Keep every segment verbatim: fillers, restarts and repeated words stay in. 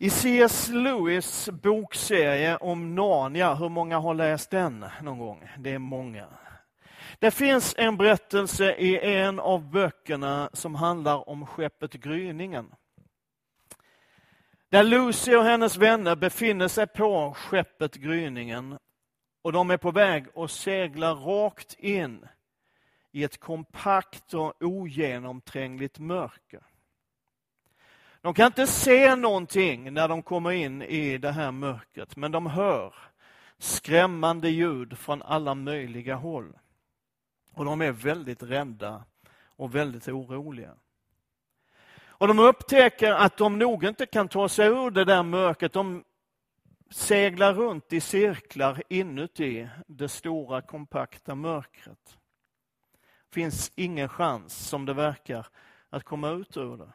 I C S Lewis bokserie om Narnia, hur många har läst den någon gång? Det är många. Det finns en berättelse i en av böckerna som handlar om skeppet Gryningen. Där Lucy och hennes vänner befinner sig på skeppet Gryningen och de är på väg att segla rakt in i ett kompakt och ogenomträngligt mörker. De kan inte se någonting när de kommer in i det här mörkret, men de hör skrämmande ljud från alla möjliga håll. Och de är väldigt rädda och väldigt oroliga. Och de upptäcker att de nog inte kan ta sig ur det där mörkret. De seglar runt i cirklar inuti det stora kompakta mörkret. Det finns ingen chans, som det verkar, att komma ut ur det.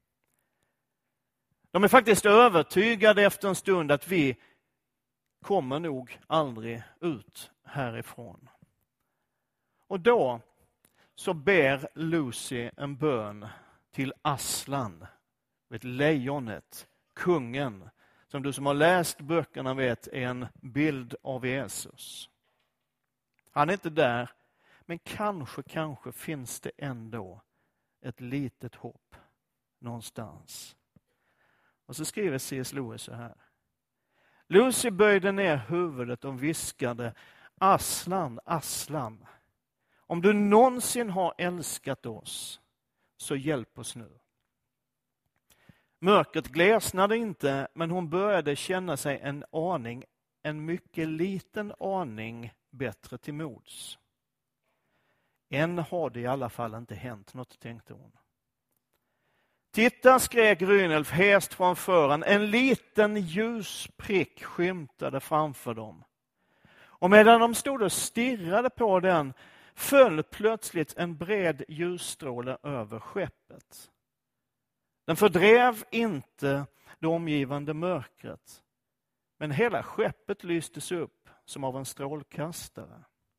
De är faktiskt övertygade efter en stund att vi kommer nog aldrig ut härifrån. Och då så ber Lucy en bön till Aslan, vet, lejonet, kungen, som du som har läst böckerna vet är en bild av Jesus. Han är inte där, men kanske, kanske finns det ändå ett litet hopp någonstans. Och så skriver C S Lewis så här. Lucy böjde ner huvudet och viskade: Aslan, Aslan, om du någonsin har älskat oss, så hjälp oss nu. Mörkret glesnade inte, men hon började känna sig en aning, en mycket liten aning bättre till mods. Än har det i alla fall inte hänt något, tänkte hon. Titta, skrek Grynelf häst från fören. En liten ljusprick skymtade framför dem. Och medan de stod och stirrade på den föll plötsligt en bred ljusstråle över skeppet. Den fördrev inte det omgivande mörkret, men hela skeppet lystes upp som av en strålkastare.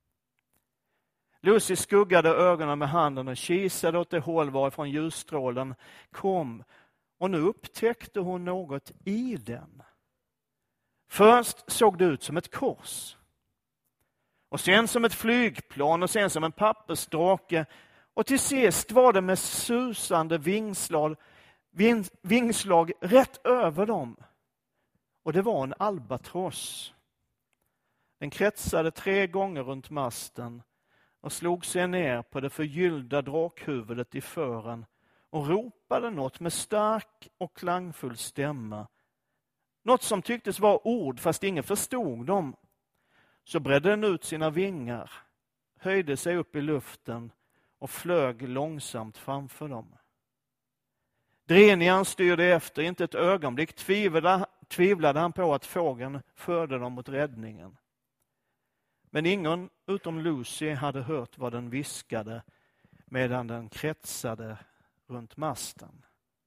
Lucy skuggade ögonen med handen och kisade åt det hål varifrån ljusstrålen kom. Och nu upptäckte hon något i den. Först såg det ut som ett kors. Och sen som ett flygplan och sen som en pappersdrake. Och till sist var det med susande vingslag, ving, vingslag rätt över dem. Och det var en albatross. Den kretsade tre gånger runt masten och slog sig ner på det förgyllda drakhuvudet i fören och ropade något med stark och klangfull stämma. Något som tycktes vara ord fast ingen förstod dem. Så bredde den ut sina vingar, höjde sig upp i luften och flög långsamt framför dem. Drenian styrde efter, inte ett ögonblick tvivlade, tvivlade han på att fågeln förde dem mot räddningen. Men ingen utom Lucy hade hört vad den viskade medan den kretsade runt masten.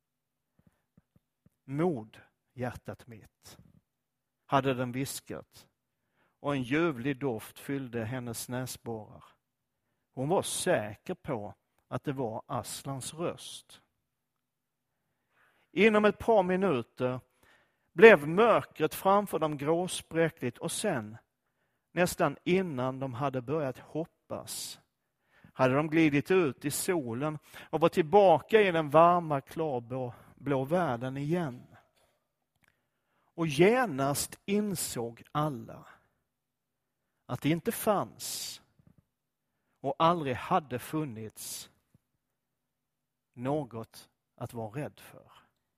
Mod, hjärtat mitt, hade den viskat, och en ljuvlig doft fyllde hennes näsborrar. Hon var säker på att det var Aslans röst. Inom ett par minuter blev mörkret framför dem gråspräckligt och sen, nästan innan de hade börjat hoppas, hade de glidit ut i solen och var tillbaka i den varma, klarblå blå världen igen. Och genast insåg alla att det inte fanns och aldrig hade funnits något att vara rädd för.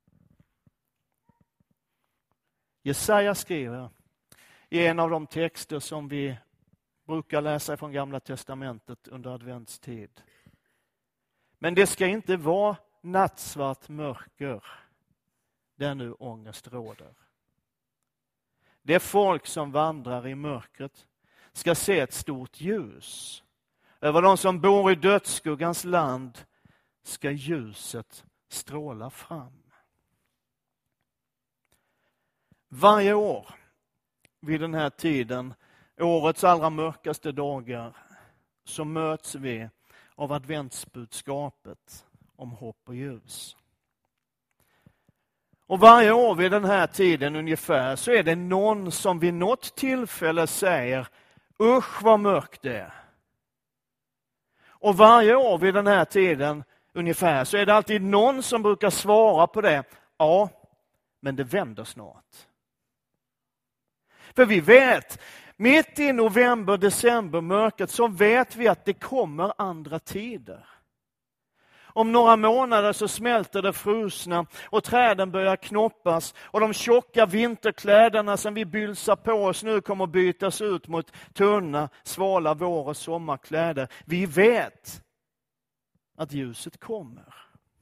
Jesaja skriver i en av de texter som vi brukar läsa från Gamla testamentet under adventstid. Men det ska inte vara nattsvart mörker där nu ångest råder. Det folk som vandrar i mörkret ska se ett stort ljus. Över de som bor i dödsskuggans land ska ljuset stråla fram. Varje år vid den här tiden, årets allra mörkaste dagar, så möts vi av adventsbudskapet om hopp och ljus. Och varje år vid den här tiden ungefär så är det någon som vid något tillfälle säger: usch vad mörkt det är. Och varje år vid den här tiden ungefär så är det alltid någon som brukar svara på det: ja, men det vänder snart. För vi vet, mitt i november, december mörkret, så vet vi att det kommer andra tider. Om några månader så smälter det frusna och träden börjar knoppas och de tjocka vinterkläderna som vi bylsar på oss nu kommer bytas ut mot tunna, svala vår- och sommarkläder. Vi vet att ljuset kommer.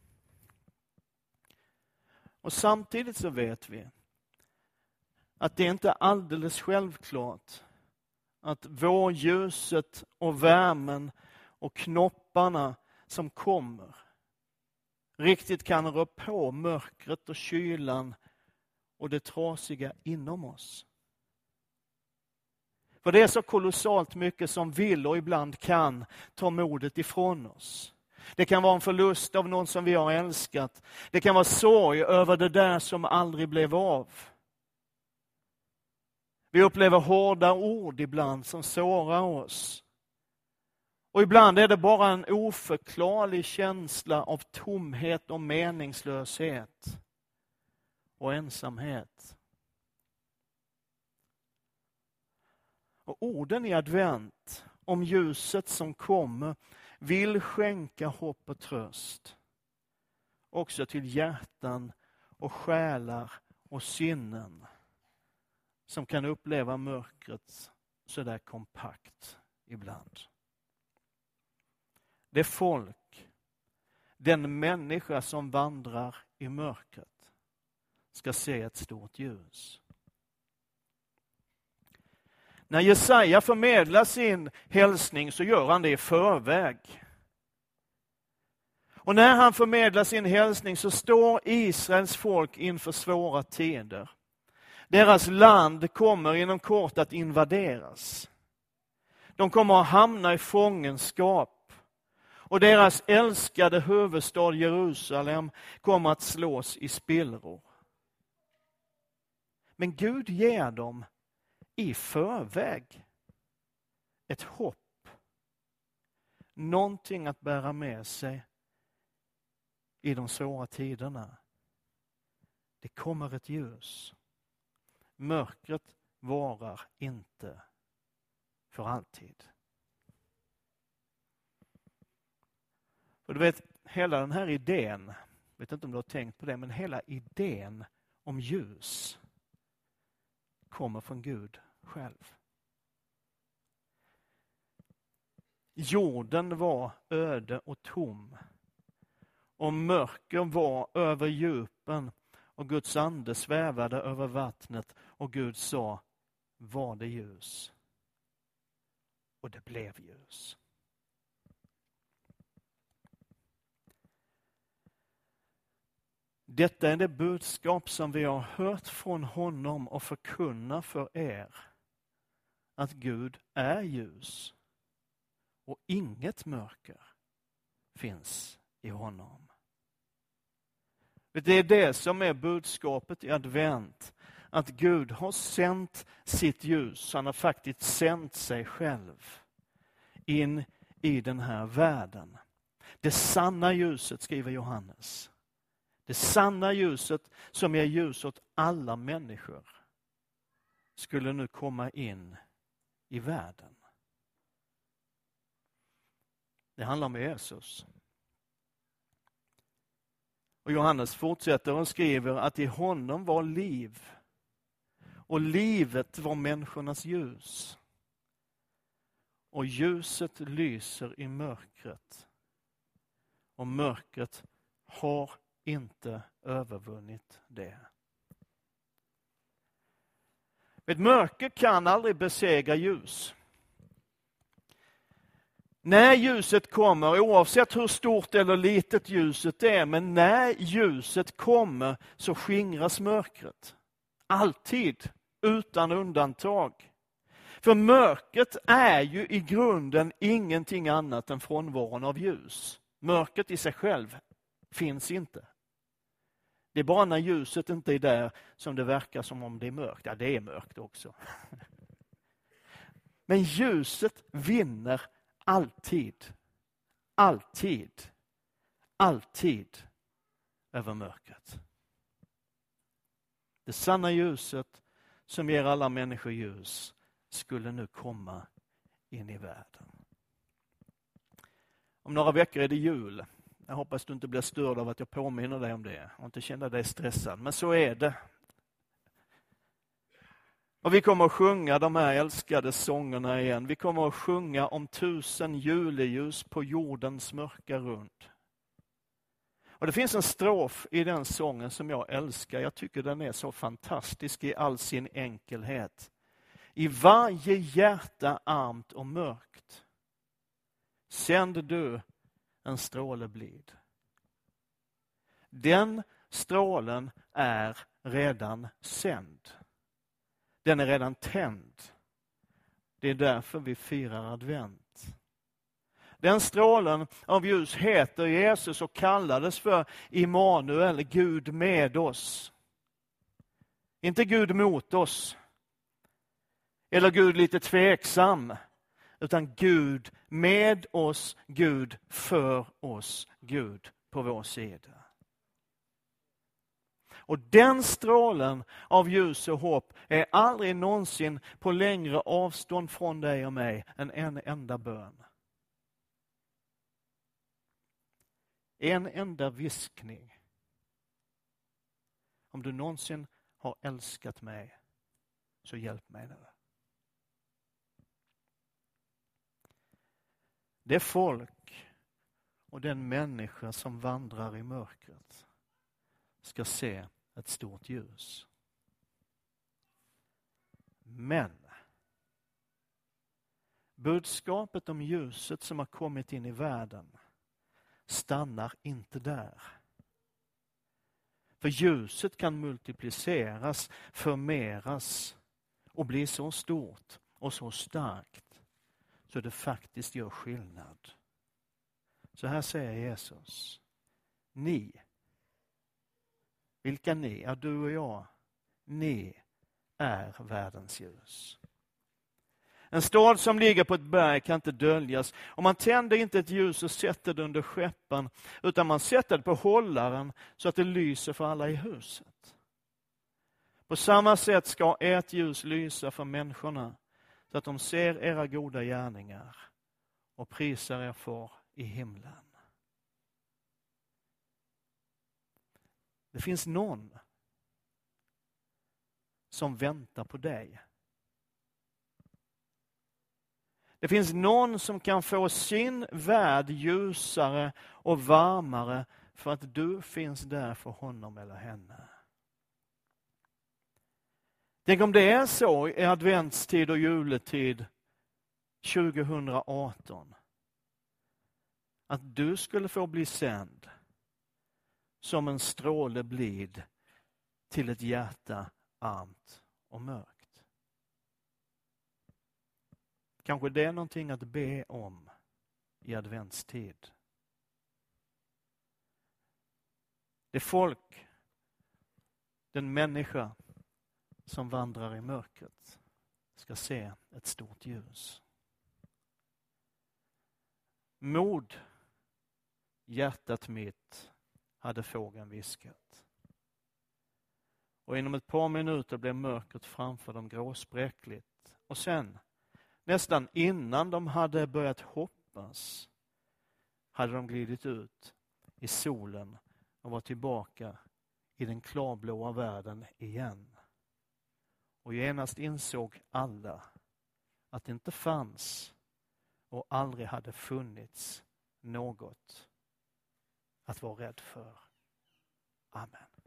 Och samtidigt så vet vi att det inte är alldeles självklart att vårljuset och värmen och knopparna som kommer riktigt kan rå på mörkret och kylan och det trasiga inom oss. För det är så kolossalt mycket som vill och ibland kan ta modet ifrån oss. Det kan vara en förlust av någon som vi har älskat. Det kan vara sorg över det där som aldrig blev av. Vi upplever hårda ord ibland som sårar oss. Och ibland är det bara en oförklarlig känsla av tomhet och meningslöshet och ensamhet. Och orden i advent om ljuset som kommer vill skänka hopp och tröst också till hjärtan och själar och sinnen som kan uppleva mörkret så där kompakt ibland. Det folk, den människa som vandrar i mörkret ska se ett stort ljus. När Jesaja förmedlar sin hälsning så gör han det i förväg. Och när han förmedlar sin hälsning så står Israels folk inför svåra tider. Deras land kommer inom kort att invaderas. De kommer att hamna i fångenskap. Och deras älskade huvudstad Jerusalem kommer att slås i spillror. Men Gud ger dem i förväg ett hopp. Någonting att bära med sig i de svåra tiderna. Det kommer ett ljus. Mörkret varar inte för alltid. Och du vet, hela den här idén, jag vet inte om du har tänkt på det, men hela idén om ljus kommer från Gud själv. Jorden var öde och tom. Och mörker var över djupen. Och Guds ande svävade över vattnet. Och Gud sa, var det ljus? Och det blev ljus. Detta är det budskap som vi har hört från honom och förkunnar för er. Att Gud är ljus. Och inget mörker finns i honom. Det är det som är budskapet i advent. Att Gud har sänt sitt ljus. Han har faktiskt sänt sig själv in i den här världen. Det sanna ljuset, skriver Johannes. Det sanna ljuset som ger ljus åt alla människor skulle nu komma in i världen. Det handlar om Jesus. Och Johannes fortsätter och skriver att i honom var liv. Och livet var människornas ljus. Och ljuset lyser i mörkret. Och mörkret har inte övervunnit det. Ett mörker kan aldrig besegra ljus. När ljuset kommer, oavsett hur stort eller litet ljuset är, men när ljuset kommer så skingras mörkret. Alltid, utan undantag. För mörkret är ju i grunden ingenting annat än frånvaron av ljus. Mörkret i sig själv finns inte. Det är bara när ljuset inte är där som det verkar som om det är mörkt. Ja, det är mörkt också. Men ljuset vinner alltid, alltid, alltid över mörkret. Det sanna ljuset som ger alla människor ljus skulle nu komma in i världen. Om några veckor är det jul. Jag hoppas du inte blir störd av att jag påminner dig om det och inte känner dig stressad. Men så är det. Och vi kommer att sjunga de här älskade sångerna igen. Vi kommer att sjunga om tusen juleljus på jordens mörka rund. Och det finns en strof i den sången som jag älskar. Jag tycker den är så fantastisk i all sin enkelhet. I varje hjärta armt och mörkt sänd du en stråle blid. Den strålen är redan sänd. Den är redan tänd. Det är därför vi firar advent. Den strålen av ljus heter Jesus och kallades för Immanuel, Gud med oss. Inte Gud mot oss. Eller Gud lite tveksam. Utan Gud med oss, Gud för oss, Gud på vår sida. Och den strålen av ljus och hopp är aldrig någonsin på längre avstånd från dig och mig än en enda bön. En enda viskning. Om du någonsin har älskat mig, så hjälp mig nu. Det folk och den människa som vandrar i mörkret ska se ett stort ljus. Men budskapet om ljuset som har kommit in i världen stannar inte där. För ljuset kan multipliceras, förmeras och bli så stort och så starkt så det faktiskt gör skillnad. Så här säger Jesus. Ni, vilka ni? Ja, du och jag. Ni är världens ljus. En stad som ligger på ett berg kan inte döljas. Och man tänder inte ett ljus och sätter det under skäppan, utan man sätter det på hållaren så att det lyser för alla i huset. På samma sätt ska ert ljus lysa för människorna, så att de ser era goda gärningar och prisar er far i himlen. Det finns någon som väntar på dig. Det finns någon som kan få sin värld ljusare och varmare för att du finns där för honom eller henne. Tänk om det är så i adventstid och juletid tjugohundraarton. Att du skulle få bli sänd som en stråle blid till ett hjärta armt och mörkt. Kanske det är någonting att be om i adventstid. Det folk, den människa som vandrar i mörkret ska se ett stort ljus. Mod, hjärtat mitt, hade fågeln viskat. Och inom ett par minuter blev mörkret framför dem gråspräckligt. Och sen, nästan innan de hade börjat hoppas, hade de glidit ut i solen och var tillbaka i den klarblåa världen igen. Och genast insåg alla att det inte fanns och aldrig hade funnits något att vara rädd för. Amen.